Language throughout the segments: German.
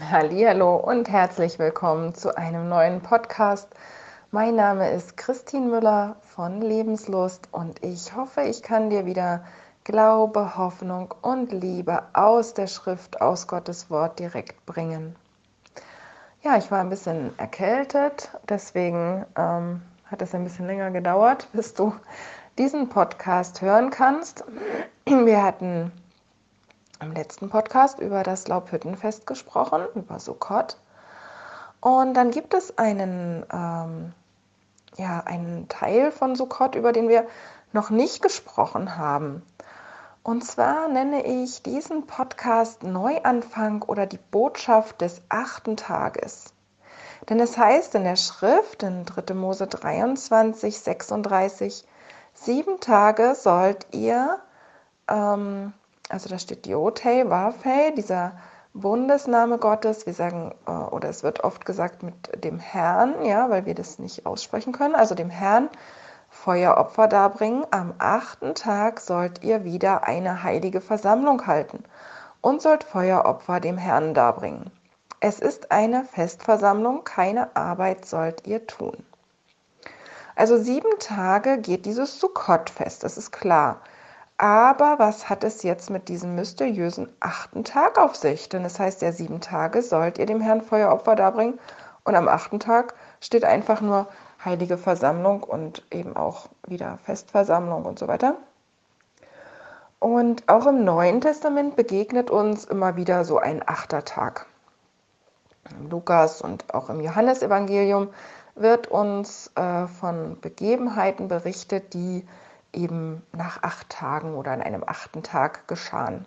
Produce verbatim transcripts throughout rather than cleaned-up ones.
Hallihallo und herzlich willkommen zu einem neuen Podcast. Mein Name ist Christine Müller von Lebenslust und ich hoffe, ich kann dir wieder Glaube, Hoffnung und Liebe aus der Schrift, aus Gottes Wort direkt bringen. Ja, ich war ein bisschen erkältet, deswegen ähm, hat es ein bisschen länger gedauert, bis du diesen Podcast hören kannst. Wir hatten im letzten Podcast über das Laubhüttenfest gesprochen, über Sukkot. Und dann gibt es einen, ähm, ja, einen Teil von Sukkot, über den wir noch nicht gesprochen haben. Und zwar nenne ich diesen Podcast Neuanfang oder die Botschaft des achten Tages. Denn es heißt in der Schrift, in dritter Mose dreiundzwanzig, sechsunddreißig, sieben Tage sollt ihr, ähm, also da steht Yod-Heh, Wav-Heh, dieser Bundesname Gottes, wir sagen, oder es wird oft gesagt mit dem Herrn, ja, weil wir das nicht aussprechen können, also dem Herrn Feueropfer darbringen. Am achten Tag sollt ihr wieder eine heilige Versammlung halten und sollt Feueropfer dem Herrn darbringen. Es ist eine Festversammlung, keine Arbeit sollt ihr tun. Also sieben Tage geht dieses Sukkot-Fest, das ist klar. Aber was hat es jetzt mit diesem mysteriösen achten Tag auf sich? Denn es heißt ja, sieben Tage sollt ihr dem Herrn Feueropfer darbringen. Und am achten Tag steht einfach nur heilige Versammlung und eben auch wieder Festversammlung und so weiter. Und auch im Neuen Testament begegnet uns immer wieder so ein achter Tag. Im Lukas und auch im Johannesevangelium wird uns äh, von Begebenheiten berichtet, die eben nach acht Tagen oder an einem achten Tag geschahen.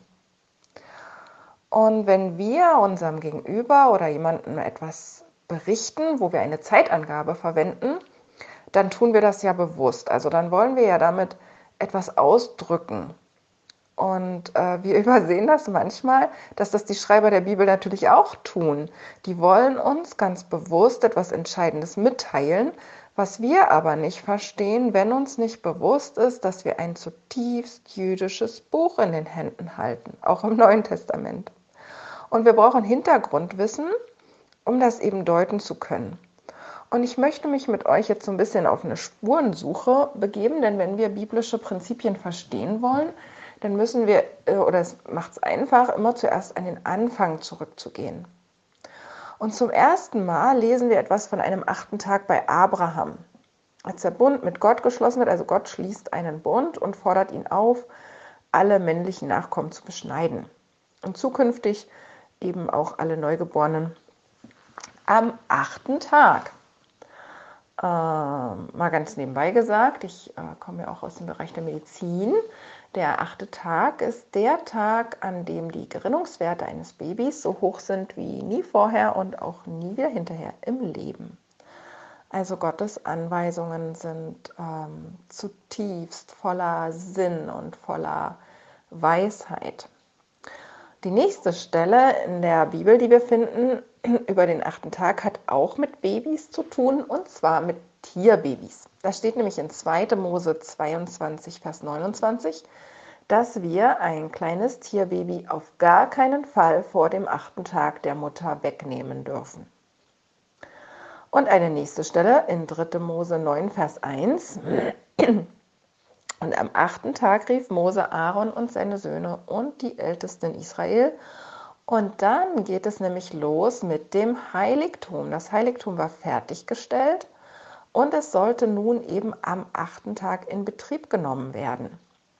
Und wenn wir unserem Gegenüber oder jemandem etwas berichten, wo wir eine Zeitangabe verwenden, dann tun wir das ja bewusst. Also dann wollen wir ja damit etwas ausdrücken. Und äh, wir übersehen das manchmal, dass das die Schreiber der Bibel natürlich auch tun. Die wollen uns ganz bewusst etwas Entscheidendes mitteilen, was wir aber nicht verstehen, wenn uns nicht bewusst ist, dass wir ein zutiefst jüdisches Buch in den Händen halten, auch im Neuen Testament. Und wir brauchen Hintergrundwissen, um das eben deuten zu können. Und ich möchte mich mit euch jetzt so ein bisschen auf eine Spurensuche begeben, denn wenn wir biblische Prinzipien verstehen wollen, dann müssen wir, oder es macht es einfach, immer zuerst an den Anfang zurückzugehen. Und zum ersten Mal lesen wir etwas von einem achten Tag bei Abraham. Als der Bund mit Gott geschlossen wird, also Gott schließt einen Bund und fordert ihn auf, alle männlichen Nachkommen zu beschneiden. Und zukünftig eben auch alle Neugeborenen am achten Tag. Äh, mal ganz nebenbei gesagt, ich äh, komme ja auch aus dem Bereich der Medizin. Der achte Tag ist der Tag, an dem die Gerinnungswerte eines Babys so hoch sind wie nie vorher und auch nie wieder hinterher im Leben. Also Gottes Anweisungen sind ähm, zutiefst voller Sinn und voller Weisheit. Die nächste Stelle in der Bibel, die wir finden, über den achten Tag, hat auch mit Babys zu tun, und zwar mit Tierbabys. Da steht nämlich in zweiter Mose zweiundzwanzig, Vers neunundzwanzig, dass wir ein kleines Tierbaby auf gar keinen Fall vor dem achten Tag der Mutter wegnehmen dürfen. Und eine nächste Stelle in dritter Mose neun, Vers eins. Und am achten Tag rief Mose Aaron und seine Söhne und die Ältesten in Israel. Und dann geht es nämlich los mit dem Heiligtum. Das Heiligtum war fertiggestellt und es sollte nun eben am achten Tag in Betrieb genommen werden.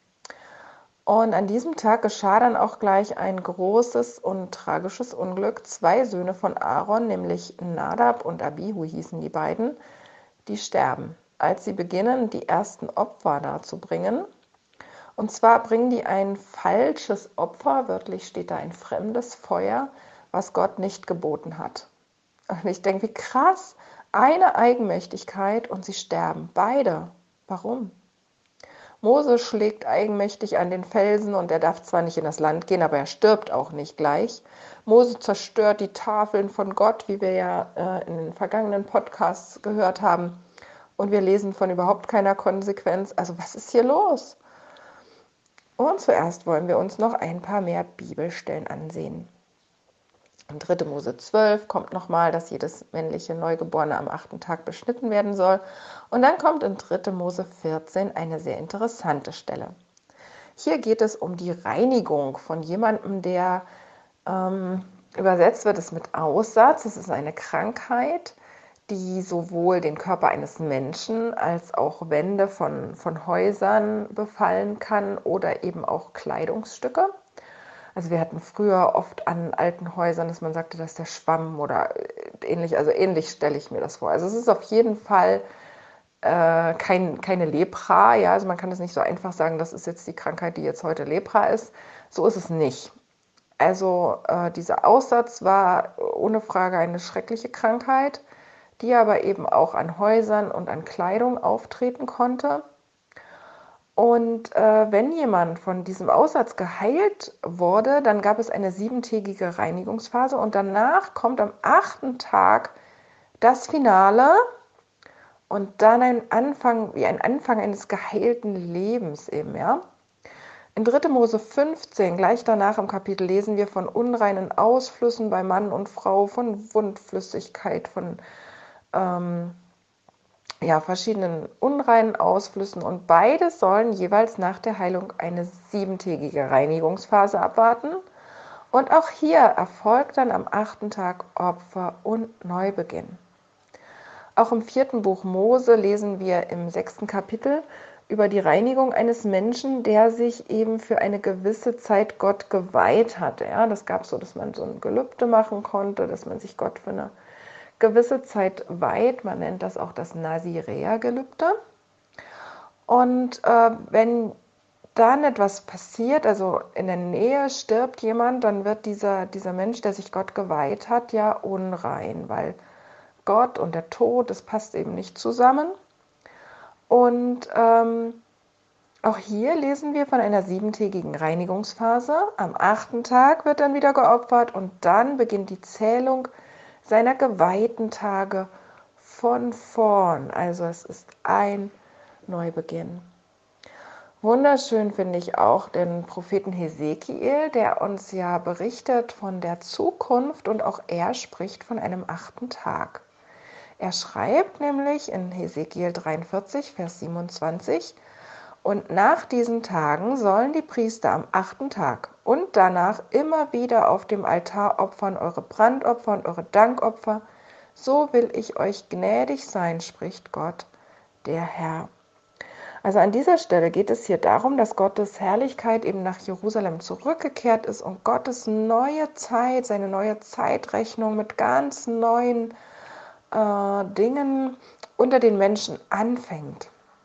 Und an diesem Tag geschah dann auch gleich ein großes und tragisches Unglück. Zwei Söhne von Aaron, nämlich Nadab und Abihu hießen die beiden, die sterben, als sie beginnen, die ersten Opfer darzubringen. Und zwar bringen die ein falsches Opfer, wörtlich steht da ein fremdes Feuer, was Gott nicht geboten hat. Und ich denke, wie krass, eine Eigenmächtigkeit und sie sterben, beide. Warum? Mose schlägt eigenmächtig an den Felsen und er darf zwar nicht in das Land gehen, aber er stirbt auch nicht gleich. Mose zerstört die Tafeln von Gott, wie wir ja äh, in den vergangenen Podcasts gehört haben. Und wir lesen von überhaupt keiner Konsequenz. Also was ist hier los? Und zuerst wollen wir uns noch ein paar mehr Bibelstellen ansehen. In dritte Mose zwölf kommt nochmal, dass jedes männliche Neugeborene am achten Tag beschnitten werden soll. Und dann kommt in dritte Mose vierzehn eine sehr interessante Stelle. Hier geht es um die Reinigung von jemandem, der ähm, übersetzt wird es mit Aussatz. Es ist eine Krankheit, die sowohl den Körper eines Menschen als auch Wände von, von Häusern befallen kann oder eben auch Kleidungsstücke. Also wir hatten früher oft an alten Häusern, dass man sagte, dass der Schwamm oder ähnlich, also ähnlich stelle ich mir das vor. Also es ist auf jeden Fall äh, kein, keine Lepra, ja, also man kann es nicht so einfach sagen, das ist jetzt die Krankheit, die jetzt heute Lepra ist. So ist es nicht. Also äh, dieser Aussatz war ohne Frage eine schreckliche Krankheit, die aber eben auch an Häusern und an Kleidung auftreten konnte. Und äh, wenn jemand von diesem Aussatz geheilt wurde, dann gab es eine siebentägige Reinigungsphase und danach kommt am achten Tag das Finale und dann ein Anfang, wie ein Anfang eines geheilten Lebens eben, ja. In dritte Mose fünfzehn, gleich danach im Kapitel, lesen wir von unreinen Ausflüssen bei Mann und Frau, von Wundflüssigkeit, von ähm, ja, verschiedenen unreinen Ausflüssen und beide sollen jeweils nach der Heilung eine siebentägige Reinigungsphase abwarten. Und auch hier erfolgt dann am achten Tag Opfer und Neubeginn. Auch im vierten Buch Mose lesen wir im sechsten Kapitel über die Reinigung eines Menschen, der sich eben für eine gewisse Zeit Gott geweiht hatte. Ja, das gab es so, dass man so ein Gelübde machen konnte, dass man sich Gott für eine gewisse Zeit weiht. Man nennt das auch das Naziräer-Gelübde. Und äh, wenn dann etwas passiert, also in der Nähe stirbt jemand, dann wird dieser, dieser Mensch, der sich Gott geweiht hat, ja unrein, weil Gott und der Tod, das passt eben nicht zusammen. Und ähm, auch hier lesen wir von einer siebentägigen Reinigungsphase. Am achten Tag wird dann wieder geopfert und dann beginnt die Zählung seiner geweihten Tage von vorn. Also es ist ein Neubeginn. Wunderschön finde ich auch den Propheten Hesekiel, der uns ja berichtet von der Zukunft und auch er spricht von einem achten Tag. Er schreibt nämlich in Hesekiel dreiundvierzig, Vers siebenundzwanzig, und nach diesen Tagen sollen die Priester am achten Tag und danach immer wieder auf dem Altar opfern eure Brandopfer und eure Dankopfer. So will ich euch gnädig sein, spricht Gott, der Herr. Also an dieser Stelle geht es hier darum, dass Gottes Herrlichkeit eben nach Jerusalem zurückgekehrt ist und Gottes neue Zeit, seine neue Zeitrechnung mit ganz neuen äh, Dingen unter den Menschen anfängt.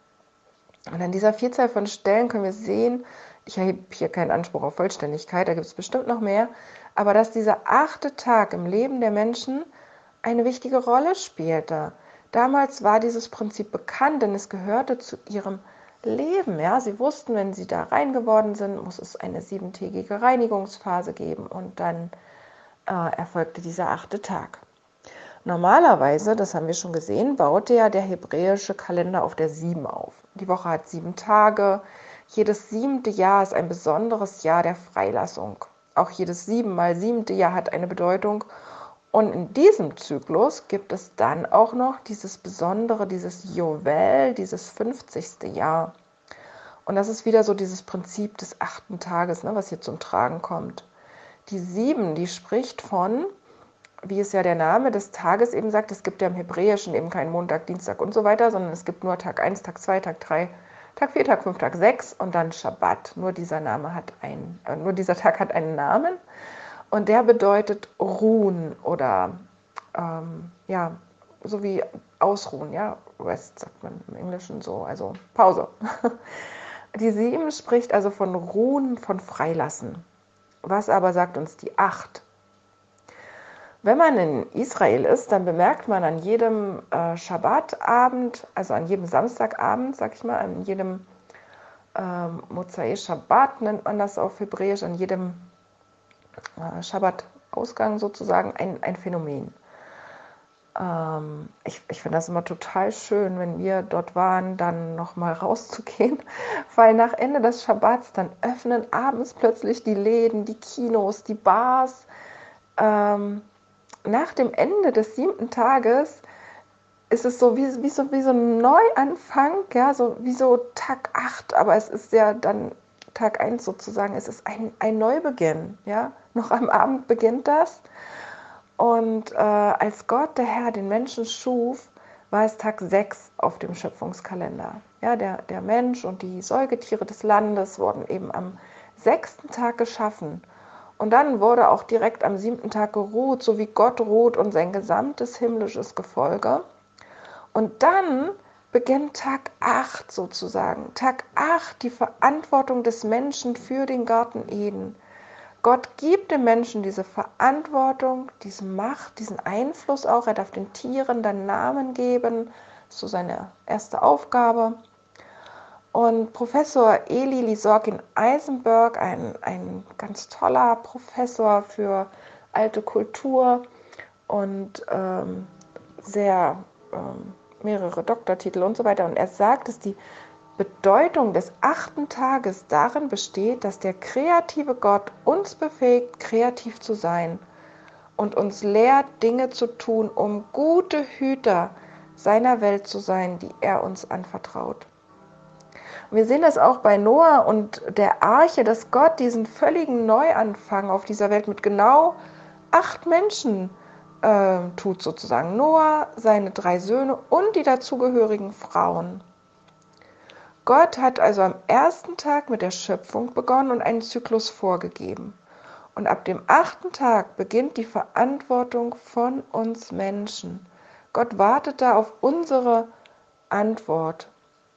Und an dieser Vielzahl von Stellen können wir sehen, ich habe hier keinen Anspruch auf Vollständigkeit, da gibt es bestimmt noch mehr, aber dass dieser achte Tag im Leben der Menschen eine wichtige Rolle spielte. Damals war dieses Prinzip bekannt, denn es gehörte zu ihrem Leben. Ja? Sie wussten, wenn sie da rein geworden sind, muss es eine siebentägige Reinigungsphase geben und dann äh, erfolgte dieser achte Tag. Normalerweise, das haben wir schon gesehen, baute ja der hebräische Kalender auf der sieben auf. Die Woche hat sieben Tage. Jedes siebte Jahr ist ein besonderes Jahr der Freilassung. Auch jedes sieben mal siebte Jahr hat eine Bedeutung. Und in diesem Zyklus gibt es dann auch noch dieses Besondere, dieses Jovel, dieses fünfzigste Jahr. Und das ist wieder so dieses Prinzip des achten Tages, ne, was hier zum Tragen kommt. Die sieben, die spricht von, wie es ja der Name des Tages eben sagt, es gibt ja im Hebräischen eben keinen Montag, Dienstag und so weiter, sondern es gibt nur Tag eins, Tag zwei, Tag drei, Tag vier, Tag fünf, Tag sechs und dann Schabbat. Nur dieser Name hat einen, äh, nur dieser Tag hat einen Namen und der bedeutet ruhen oder ähm, ja, so wie ausruhen, ja, Rest sagt man im Englischen so, also Pause. Die sieben spricht also von Ruhen, von Freilassen. Was aber sagt uns die acht? Wenn man in Israel ist, dann bemerkt man an jedem äh, Schabbatabend, also an jedem Samstagabend, sag ich mal, an jedem ähm, Mozai Shabbat nennt man das auf Hebräisch, an jedem äh, Schabbatausgang sozusagen ein, ein Phänomen. Ähm, ich ich finde das immer total schön, wenn wir dort waren, dann nochmal rauszugehen, weil nach Ende des Schabbats dann öffnen abends plötzlich die Läden, die Kinos, die Bars, ähm, nach dem Ende des siebten Tages ist es so wie, wie, so wie so ein Neuanfang, ja, so wie so Tag acht, aber es ist ja dann Tag eins sozusagen, es ist ein, ein Neubeginn, ja, noch am Abend beginnt das und äh, als Gott, der Herr, den Menschen schuf, war es Tag sechs auf dem Schöpfungskalender. Ja, der, der Mensch und die Säugetiere des Landes wurden eben am sechsten Tag geschaffen. Und dann wurde auch direkt am siebten Tag geruht, so wie Gott ruht und sein gesamtes himmlisches Gefolge. Und dann beginnt Tag acht sozusagen. Tag acht, die Verantwortung des Menschen für den Garten Eden. Gott gibt dem Menschen diese Verantwortung, diese Macht, diesen Einfluss auch. Er darf den Tieren dann Namen geben. Das ist so seine erste Aufgabe. Und Professor Eli Lisorkin-Eisenberg, ein, ein ganz toller Professor für alte Kultur und ähm, sehr ähm, mehrere Doktortitel und so weiter. Und er sagt, dass die Bedeutung des achten Tages darin besteht, dass der kreative Gott uns befähigt, kreativ zu sein und uns lehrt, Dinge zu tun, um gute Hüter seiner Welt zu sein, die er uns anvertraut. Wir sehen das auch bei Noah und der Arche, dass Gott diesen völligen Neuanfang auf dieser Welt mit genau acht Menschen äh, tut sozusagen. Noah, seine drei Söhne und die dazugehörigen Frauen. Gott hat also am ersten Tag mit der Schöpfung begonnen und einen Zyklus vorgegeben. Und ab dem achten Tag beginnt die Verantwortung von uns Menschen. Gott wartet da auf unsere Antwort.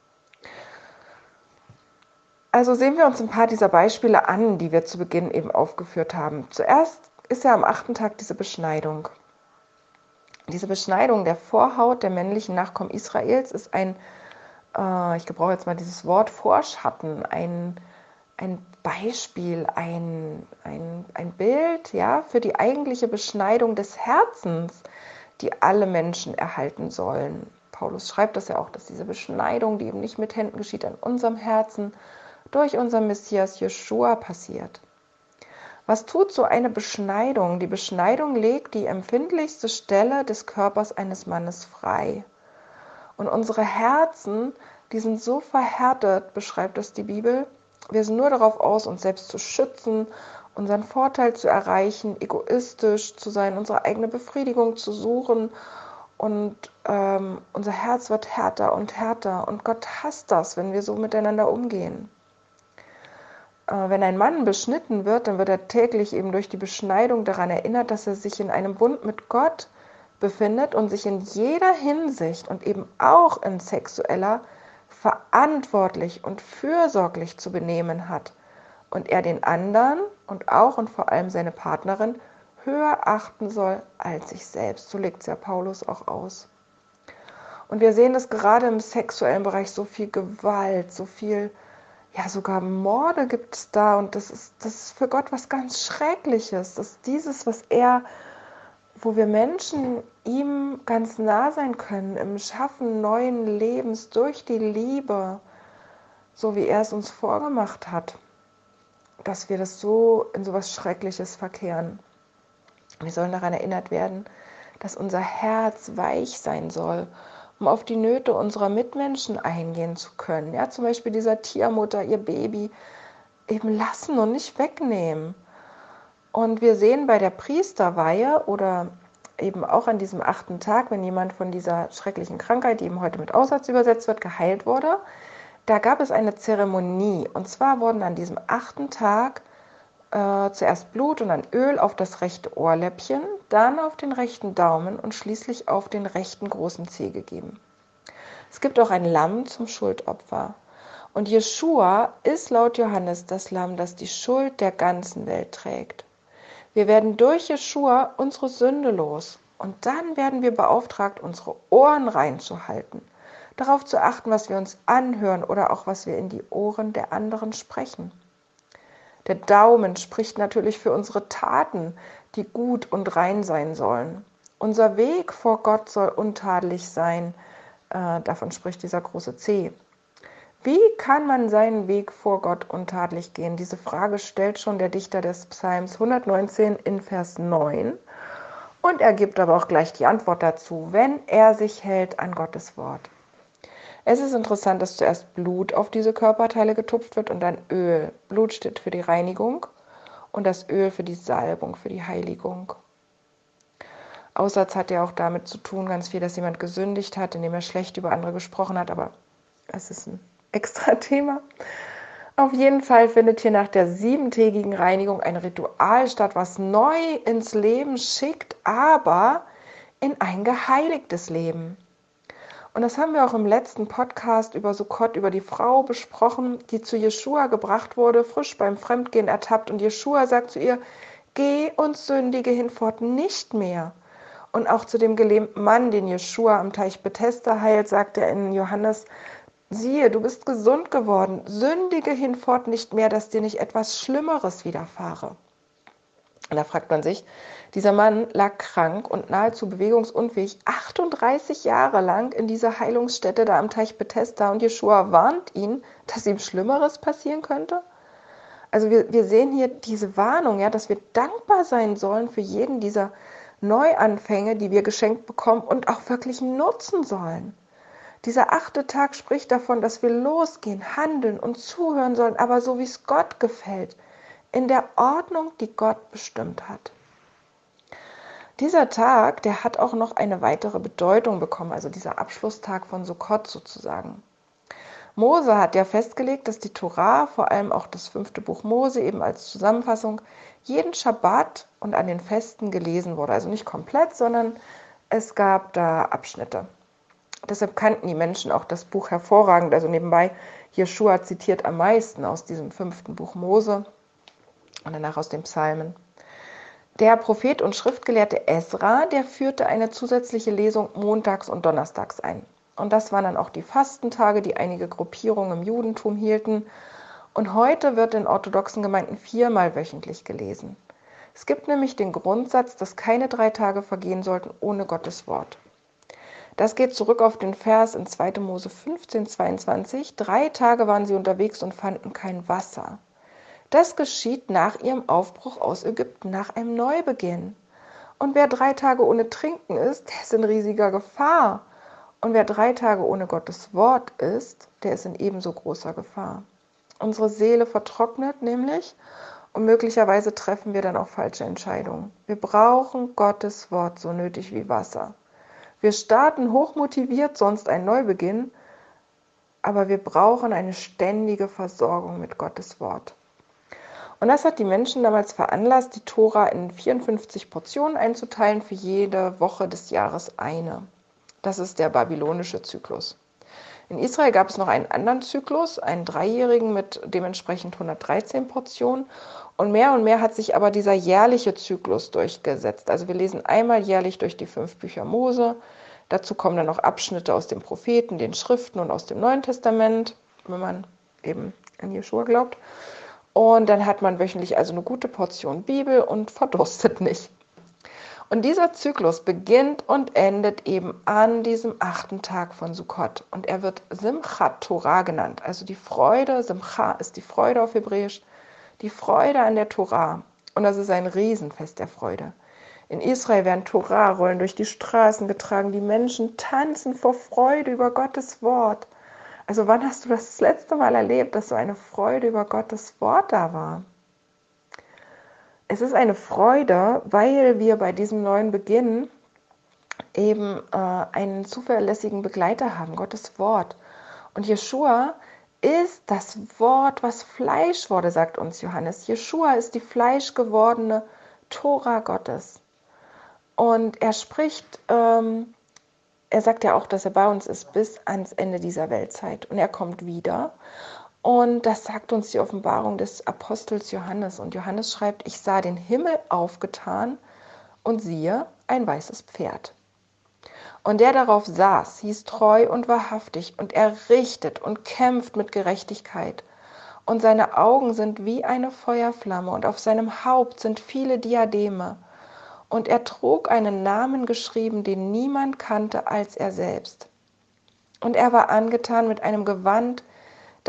Also sehen wir uns ein paar dieser Beispiele an, die wir zu Beginn eben aufgeführt haben. Zuerst ist ja am achten Tag diese Beschneidung. Diese Beschneidung der Vorhaut der männlichen Nachkommen Israels ist ein, äh, ich gebrauche jetzt mal dieses Wort Vorschatten, ein, ein Beispiel, ein, ein, ein Bild, ja, für die eigentliche Beschneidung des Herzens, die alle Menschen erhalten sollen. Paulus schreibt das ja auch, dass diese Beschneidung, die eben nicht mit Händen geschieht, an unserem Herzen durch unseren Messias Jeschua passiert. Was tut so eine Beschneidung? Die Beschneidung legt die empfindlichste Stelle des Körpers eines Mannes frei. Und unsere Herzen, die sind so verhärtet, beschreibt das die Bibel. Wir sind nur darauf aus, uns selbst zu schützen, unseren Vorteil zu erreichen, egoistisch zu sein, unsere eigene Befriedigung zu suchen. Und ähm, unser Herz wird härter und härter. Und Gott hasst das, wenn wir so miteinander umgehen. Wenn ein Mann beschnitten wird, dann wird er täglich eben durch die Beschneidung daran erinnert, dass er sich in einem Bund mit Gott befindet und sich in jeder Hinsicht und eben auch in sexueller verantwortlich und fürsorglich zu benehmen hat und er den anderen und auch und vor allem seine Partnerin höher achten soll als sich selbst. So legt es ja Paulus auch aus. Und wir sehen, dass gerade im sexuellen Bereich so viel Gewalt, so viel ja, sogar Morde gibt es da und das ist, das ist für Gott was ganz Schreckliches. Das ist dieses, was er, wo wir Menschen ihm ganz nah sein können, im Schaffen neuen Lebens durch die Liebe, so wie er es uns vorgemacht hat, dass wir das so in so was Schreckliches verkehren. Wir sollen daran erinnert werden, dass unser Herz weich sein soll, um auf die Nöte unserer Mitmenschen eingehen zu können. Ja, zum Beispiel dieser Tiermutter ihr Baby eben lassen und nicht wegnehmen. Und wir sehen bei der Priesterweihe oder eben auch an diesem achten Tag, wenn jemand von dieser schrecklichen Krankheit, die eben heute mit Aussatz übersetzt wird, geheilt wurde, da gab es eine Zeremonie. Und zwar wurden an diesem achten Tag äh, zuerst Blut und dann Öl auf das rechte Ohrläppchen, dann auf den rechten Daumen und schließlich auf den rechten großen Zeh gegeben. Es gibt auch ein Lamm zum Schuldopfer. Und Jeschua ist laut Johannes das Lamm, das die Schuld der ganzen Welt trägt. Wir werden durch Jeschua unsere Sünde los. Und dann werden wir beauftragt, unsere Ohren reinzuhalten, darauf zu achten, was wir uns anhören oder auch was wir in die Ohren der anderen sprechen. Der Daumen spricht natürlich für unsere Taten, die gut und rein sein sollen. Unser Weg vor Gott soll untadelig sein, äh, davon spricht dieser große Zeh. Wie kann man seinen Weg vor Gott untadelig gehen? Diese Frage stellt schon der Dichter des Psalms hundertneunzehn in Vers neun und er gibt aber auch gleich die Antwort dazu, wenn er sich hält an Gottes Wort. Es ist interessant, dass zuerst Blut auf diese Körperteile getupft wird und dann Öl. Blut steht für die Reinigung und das Öl für die Salbung, für die Heiligung. Aussatz hat ja auch damit zu tun, ganz viel, dass jemand gesündigt hat, indem er schlecht über andere gesprochen hat, aber es ist ein extra Thema. Auf jeden Fall findet hier nach der siebentägigen Reinigung ein Ritual statt, was neu ins Leben schickt, aber in ein geheiligtes Leben. Und das haben wir auch im letzten Podcast über Sukkot, über die Frau besprochen, die zu Jeschua gebracht wurde, frisch beim Fremdgehen ertappt. Und Jeschua sagt zu ihr, geh und sündige hinfort nicht mehr. Und auch zu dem gelähmten Mann, den Jeschua am Teich Bethesda heilt, sagt er in Johannes, siehe, du bist gesund geworden, sündige hinfort nicht mehr, dass dir nicht etwas Schlimmeres widerfahre. Und da fragt man sich, dieser Mann lag krank und nahezu bewegungsunfähig, achtunddreißig Jahre lang in dieser Heilungsstätte da am Teich Bethesda und Jeschua warnt ihn, dass ihm Schlimmeres passieren könnte. Also wir, wir sehen hier diese Warnung, ja, dass wir dankbar sein sollen für jeden dieser Neuanfänge, die wir geschenkt bekommen und auch wirklich nutzen sollen. Dieser achte Tag spricht davon, dass wir losgehen, handeln und zuhören sollen, aber so wie es Gott gefällt, in der Ordnung, die Gott bestimmt hat. Dieser Tag, der hat auch noch eine weitere Bedeutung bekommen, also dieser Abschlusstag von Sukkot sozusagen. Mose hat ja festgelegt, dass die Tora, vor allem auch das fünfte Buch Mose, eben als Zusammenfassung, jeden Schabbat und an den Festen gelesen wurde. Also nicht komplett, sondern es gab da Abschnitte. Deshalb kannten die Menschen auch das Buch hervorragend. Also nebenbei, Jeschua zitiert am meisten aus diesem fünften Buch Mose und danach aus den Psalmen. Der Prophet und Schriftgelehrte Esra, der führte eine zusätzliche Lesung montags und donnerstags ein. Und das waren dann auch die Fastentage, die einige Gruppierungen im Judentum hielten. Und heute wird in orthodoxen Gemeinden viermal wöchentlich gelesen. Es gibt nämlich den Grundsatz, dass keine drei Tage vergehen sollten ohne Gottes Wort. Das geht zurück auf den Vers in zweiter Mose fünfzehn, zweiundzwanzig. Drei Tage waren sie unterwegs und fanden kein Wasser. Das geschieht nach ihrem Aufbruch aus Ägypten, nach einem Neubeginn. Und wer drei Tage ohne Trinken ist, der ist in riesiger Gefahr. Und wer drei Tage ohne Gottes Wort ist, der ist in ebenso großer Gefahr. Unsere Seele vertrocknet nämlich und möglicherweise treffen wir dann auch falsche Entscheidungen. Wir brauchen Gottes Wort so nötig wie Wasser. Wir starten hochmotiviert, sonst ein Neubeginn, aber wir brauchen eine ständige Versorgung mit Gottes Wort. Und das hat die Menschen damals veranlasst, die Tora in vierundfünfzig Portionen einzuteilen, für jede Woche des Jahres eine. Das ist der babylonische Zyklus. In Israel gab es noch einen anderen Zyklus, einen dreijährigen mit dementsprechend hundertdreizehn Portionen. Und mehr und mehr hat sich aber dieser jährliche Zyklus durchgesetzt. Also wir lesen einmal jährlich durch die fünf Bücher Mose. Dazu kommen dann noch Abschnitte aus den Propheten, den Schriften und aus dem Neuen Testament, wenn man eben an Jeschua glaubt. Und dann hat man wöchentlich also eine gute Portion Bibel und verdurstet nicht. Und dieser Zyklus beginnt und endet eben an diesem achten Tag von Sukkot. Und er wird Simchat Torah genannt, also die Freude. Simcha ist die Freude auf Hebräisch, die Freude an der Torah. Und das ist ein Riesenfest der Freude. In Israel werden Torah-Rollen durch die Straßen getragen, die Menschen tanzen vor Freude über Gottes Wort. Also wann hast du das, das letzte Mal erlebt, dass so eine Freude über Gottes Wort da war? Es ist eine Freude, weil wir bei diesem neuen Beginn eben äh, einen zuverlässigen Begleiter haben, Gottes Wort. Und Jeschua ist das Wort, was Fleisch wurde, sagt uns Johannes. Jeschua ist die fleischgewordene Tora Gottes. Und er spricht, ähm, er sagt ja auch, dass er bei uns ist bis ans Ende dieser Weltzeit. Und er kommt wieder. Und das sagt uns die Offenbarung des Apostels Johannes. Und Johannes schreibt, ich sah den Himmel aufgetan und siehe, ein weißes Pferd. Und der darauf saß, hieß treu und wahrhaftig, und er richtet und kämpft mit Gerechtigkeit. Und seine Augen sind wie eine Feuerflamme, und auf seinem Haupt sind viele Diademe. Und er trug einen Namen geschrieben, den niemand kannte als er selbst. Und er war angetan mit einem Gewand,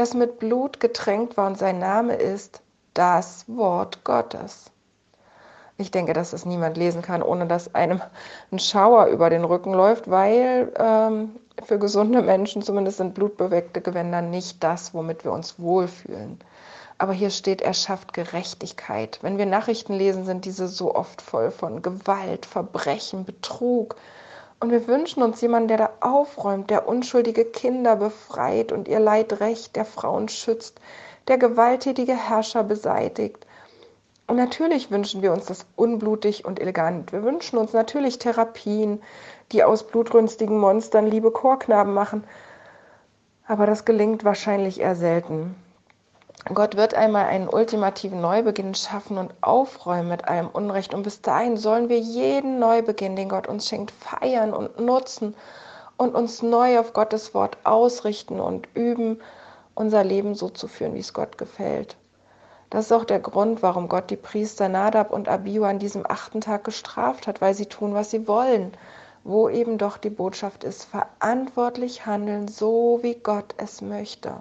das mit Blut getränkt war und sein Name ist das Wort Gottes. Ich denke, dass es niemand lesen kann, ohne dass einem ein Schauer über den Rücken läuft, weil ähm, für gesunde Menschen zumindest sind blutbeweckte Gewänder nicht das, womit wir uns wohlfühlen. Aber hier steht, er schafft Gerechtigkeit. Wenn wir Nachrichten lesen, sind diese so oft voll von Gewalt, Verbrechen, Betrug. Und wir wünschen uns jemanden, der da aufräumt, der unschuldige Kinder befreit und ihr Leid rächt, der Frauen schützt, der gewalttätige Herrscher beseitigt. Und natürlich wünschen wir uns das unblutig und elegant. Wir wünschen uns natürlich Therapien, die aus blutrünstigen Monstern liebe Chorknaben machen. Aber das gelingt wahrscheinlich eher selten. Gott wird einmal einen ultimativen Neubeginn schaffen und aufräumen mit allem Unrecht. Und bis dahin sollen wir jeden Neubeginn, den Gott uns schenkt, feiern und nutzen und uns neu auf Gottes Wort ausrichten und üben, unser Leben so zu führen, wie es Gott gefällt. Das ist auch der Grund, warum Gott die Priester Nadab und Abihu an diesem achten Tag gestraft hat, weil sie tun, was sie wollen, wo eben doch die Botschaft ist, verantwortlich handeln, so wie Gott es möchte.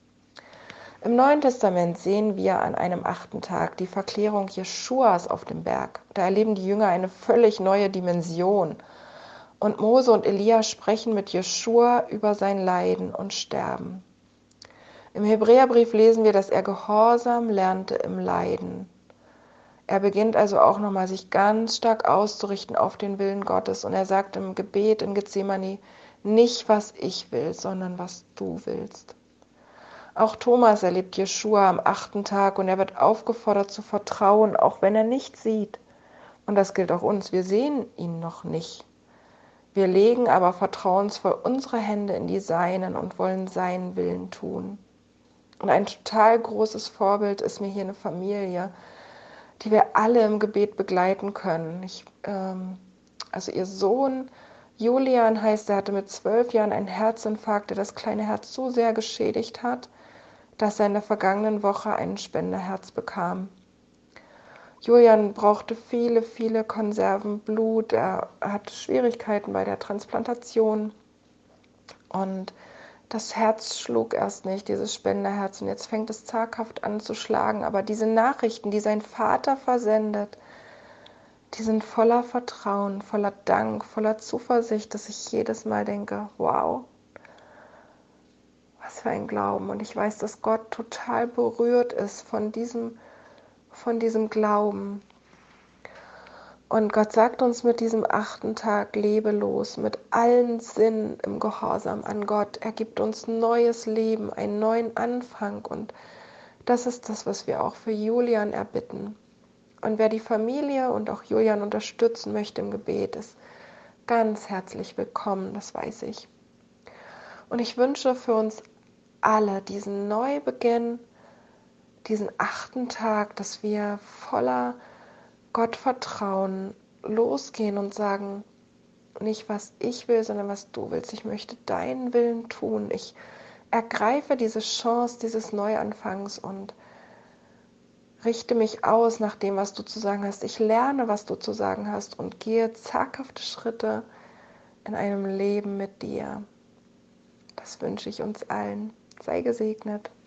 Im Neuen Testament sehen wir an einem achten Tag die Verklärung Jeschuas auf dem Berg. Da erleben die Jünger eine völlig neue Dimension. Und Mose und Elia sprechen mit Jeschua über sein Leiden und Sterben. Im Hebräerbrief lesen wir, dass er Gehorsam lernte im Leiden. Er beginnt also auch nochmal, sich ganz stark auszurichten auf den Willen Gottes. Und er sagt im Gebet in Gethsemane, nicht was ich will, sondern was du willst. Auch Thomas erlebt Jeschua am achten Tag und er wird aufgefordert zu vertrauen, auch wenn er nicht sieht. Und das gilt auch uns, wir sehen ihn noch nicht. Wir legen aber vertrauensvoll unsere Hände in die Seinen und wollen seinen Willen tun. Und ein total großes Vorbild ist mir hier eine Familie, die wir alle im Gebet begleiten können. Ich, ähm, also ihr Sohn Julian heißt, er hatte mit zwölf Jahren einen Herzinfarkt, der das kleine Herz so sehr geschädigt hat, dass er in der vergangenen Woche ein Spenderherz bekam. Julian brauchte viele, viele Konserven Blut. Er hatte Schwierigkeiten bei der Transplantation und das Herz schlug erst nicht, dieses Spenderherz, und jetzt fängt es zaghaft an zu schlagen. Aber diese Nachrichten, die sein Vater versendet, die sind voller Vertrauen, voller Dank, voller Zuversicht, dass ich jedes Mal denke, wow, was für ein Glauben. Und ich weiß, dass Gott total berührt ist von diesem, von diesem Glauben. Und Gott sagt uns mit diesem achten Tag, lebe los, mit allen Sinnen im Gehorsam an Gott. Er gibt uns neues Leben, einen neuen Anfang. Und das ist das, was wir auch für Julian erbitten. Und wer die Familie und auch Julian unterstützen möchte im Gebet, ist ganz herzlich willkommen, das weiß ich. Und ich wünsche für uns alle diesen Neubeginn, diesen achten Tag, dass wir voller Gottvertrauen losgehen und sagen, nicht was ich will, sondern was du willst. Ich möchte deinen Willen tun. Ich ergreife diese Chance dieses Neuanfangs und richte mich aus nach dem, was du zu sagen hast. Ich lerne, was du zu sagen hast und gehe zaghafte Schritte in einem Leben mit dir. Das wünsche ich uns allen. Sei gesegnet.